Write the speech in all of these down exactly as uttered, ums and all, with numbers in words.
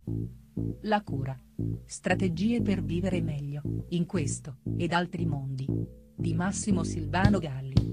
La cura. Strategie per vivere meglio, in questo, ed altri mondi. Di Massimo Silvano Galli.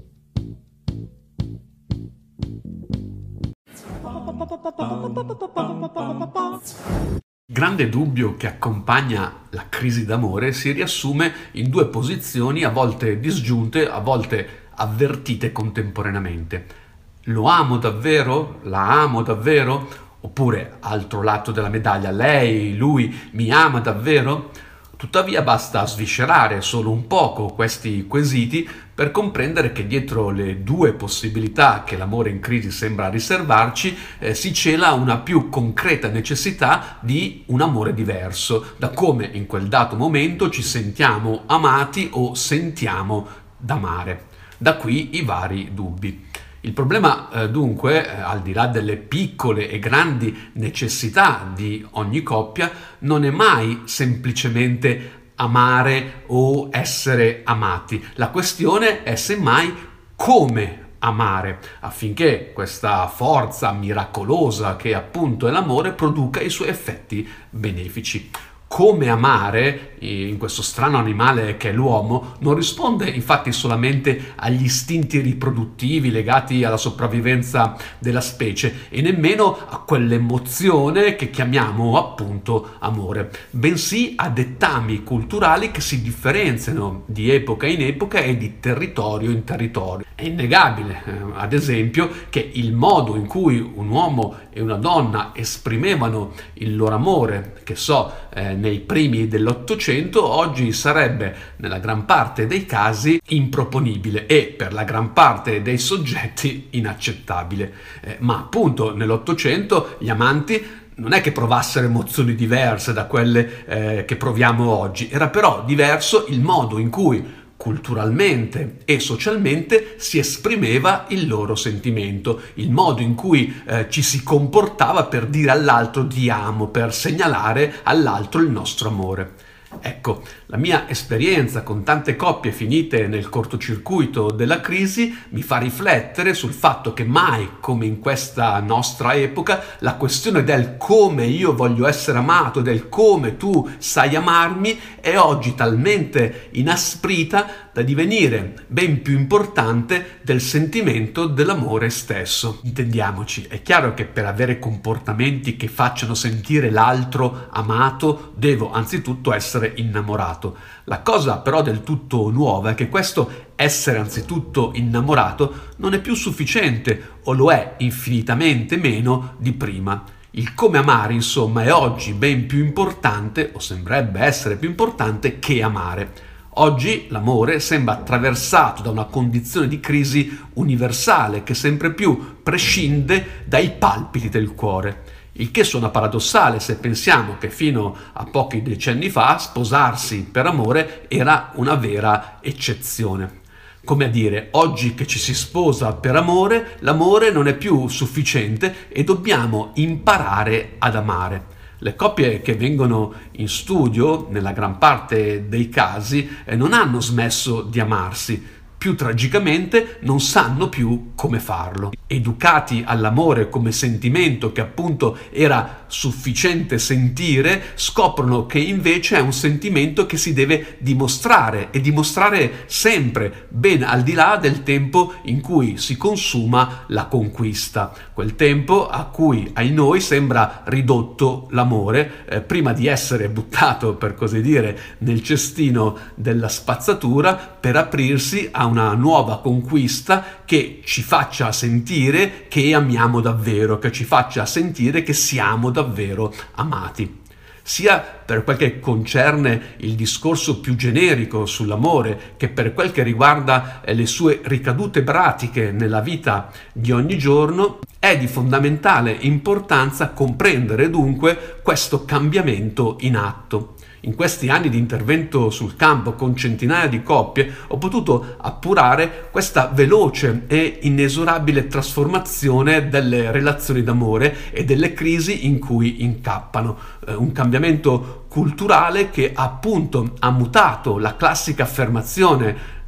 Grande dubbio che accompagna la crisi d'amore si riassume in due posizioni a volte disgiunte, a volte avvertite contemporaneamente. Lo amo davvero? La amo davvero? Oppure, altro lato della medaglia, lei, lui mi ama davvero? Tuttavia basta sviscerare solo un poco questi quesiti per comprendere che dietro le due possibilità che l'amore in crisi sembra riservarci eh, si cela una più concreta necessità di un amore diverso, da come in quel dato momento ci sentiamo amati o sentiamo d'amare. Da qui i vari dubbi. Il problema eh, dunque, eh, al di là delle piccole e grandi necessità di ogni coppia, non è mai semplicemente amare o essere amati. La questione è semmai come amare, affinché questa forza miracolosa che appunto è l'amore produca i suoi effetti benefici. Come amare, in questo strano animale che è l'uomo, non risponde infatti solamente agli istinti riproduttivi legati alla sopravvivenza della specie e nemmeno a quell'emozione che chiamiamo appunto amore, bensì a dettami culturali che si differenziano di epoca in epoca e di territorio in territorio. È innegabile, eh, ad esempio, che il modo in cui un uomo e una donna esprimevano il loro amore, che so, eh, nei primi dell'Ottocento, oggi sarebbe nella gran parte dei casi improponibile e per la gran parte dei soggetti inaccettabile. Eh, ma appunto nell'Ottocento gli amanti non è che provassero emozioni diverse da quelle eh, che proviamo oggi, era però diverso il modo in cui culturalmente e socialmente si esprimeva il loro sentimento, il modo in cui eh, ci si comportava per dire all'altro ti amo, per segnalare all'altro il nostro amore. Ecco, la mia esperienza con tante coppie finite nel cortocircuito della crisi mi fa riflettere sul fatto che mai, come in questa nostra epoca, la questione del come io voglio essere amato, del come tu sai amarmi, è oggi talmente inasprita da divenire ben più importante del sentimento dell'amore stesso. Intendiamoci, è chiaro che per avere comportamenti che facciano sentire l'altro amato, devo anzitutto essere innamorato. La cosa però del tutto nuova è che questo essere anzitutto innamorato non è più sufficiente o lo è infinitamente meno di prima. Il come amare, insomma, è oggi ben più importante, o sembrerebbe essere più importante, che amare. Oggi l'amore sembra attraversato da una condizione di crisi universale che sempre più prescinde dai palpiti del cuore. Il che suona paradossale se pensiamo che fino a pochi decenni fa sposarsi per amore era una vera eccezione. Come a dire, oggi che ci si sposa per amore, l'amore non è più sufficiente e dobbiamo imparare ad amare. Le coppie che vengono in studio, nella gran parte dei casi, eh, non hanno smesso di amarsi. Più tragicamente non sanno più come farlo. Educati all'amore come sentimento che appunto era sufficiente sentire, scoprono che invece è un sentimento che si deve dimostrare e dimostrare sempre, ben al di là del tempo in cui si consuma la conquista. Quel tempo a cui ai noi sembra ridotto l'amore eh, prima di essere buttato, per così dire, nel cestino della spazzatura per aprirsi a una nuova conquista che ci faccia sentire che amiamo davvero, che ci faccia sentire che siamo davvero amati. Sia per quel che concerne il discorso più generico sull'amore, che per quel che riguarda le sue ricadute pratiche nella vita di ogni giorno, è di fondamentale importanza comprendere dunque questo cambiamento in atto. In questi anni di intervento sul campo con centinaia di coppie ho potuto appurare questa veloce e inesorabile trasformazione delle relazioni d'amore e delle crisi in cui incappano. Eh, un cambiamento culturale che appunto ha mutato la classica affermazione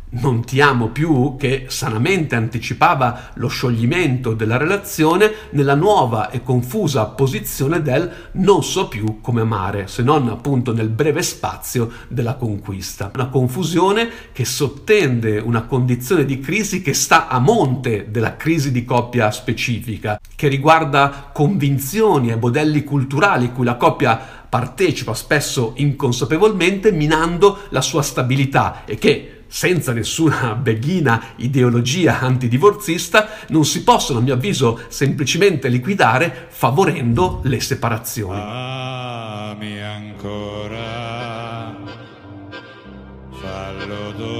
non ti amo più, che sanamente anticipava lo scioglimento della relazione, nella nuova e confusa posizione del non so più come amare, se non appunto nel breve spazio della conquista. Una confusione che sottende una condizione di crisi che sta a monte della crisi di coppia specifica, che riguarda convinzioni e modelli culturali cui la coppia partecipa spesso inconsapevolmente, minando la sua stabilità, e che senza nessuna beghina ideologia antidivorzista non si possono, a mio avviso, semplicemente liquidare favorendo le separazioni. Ami ancora, fallo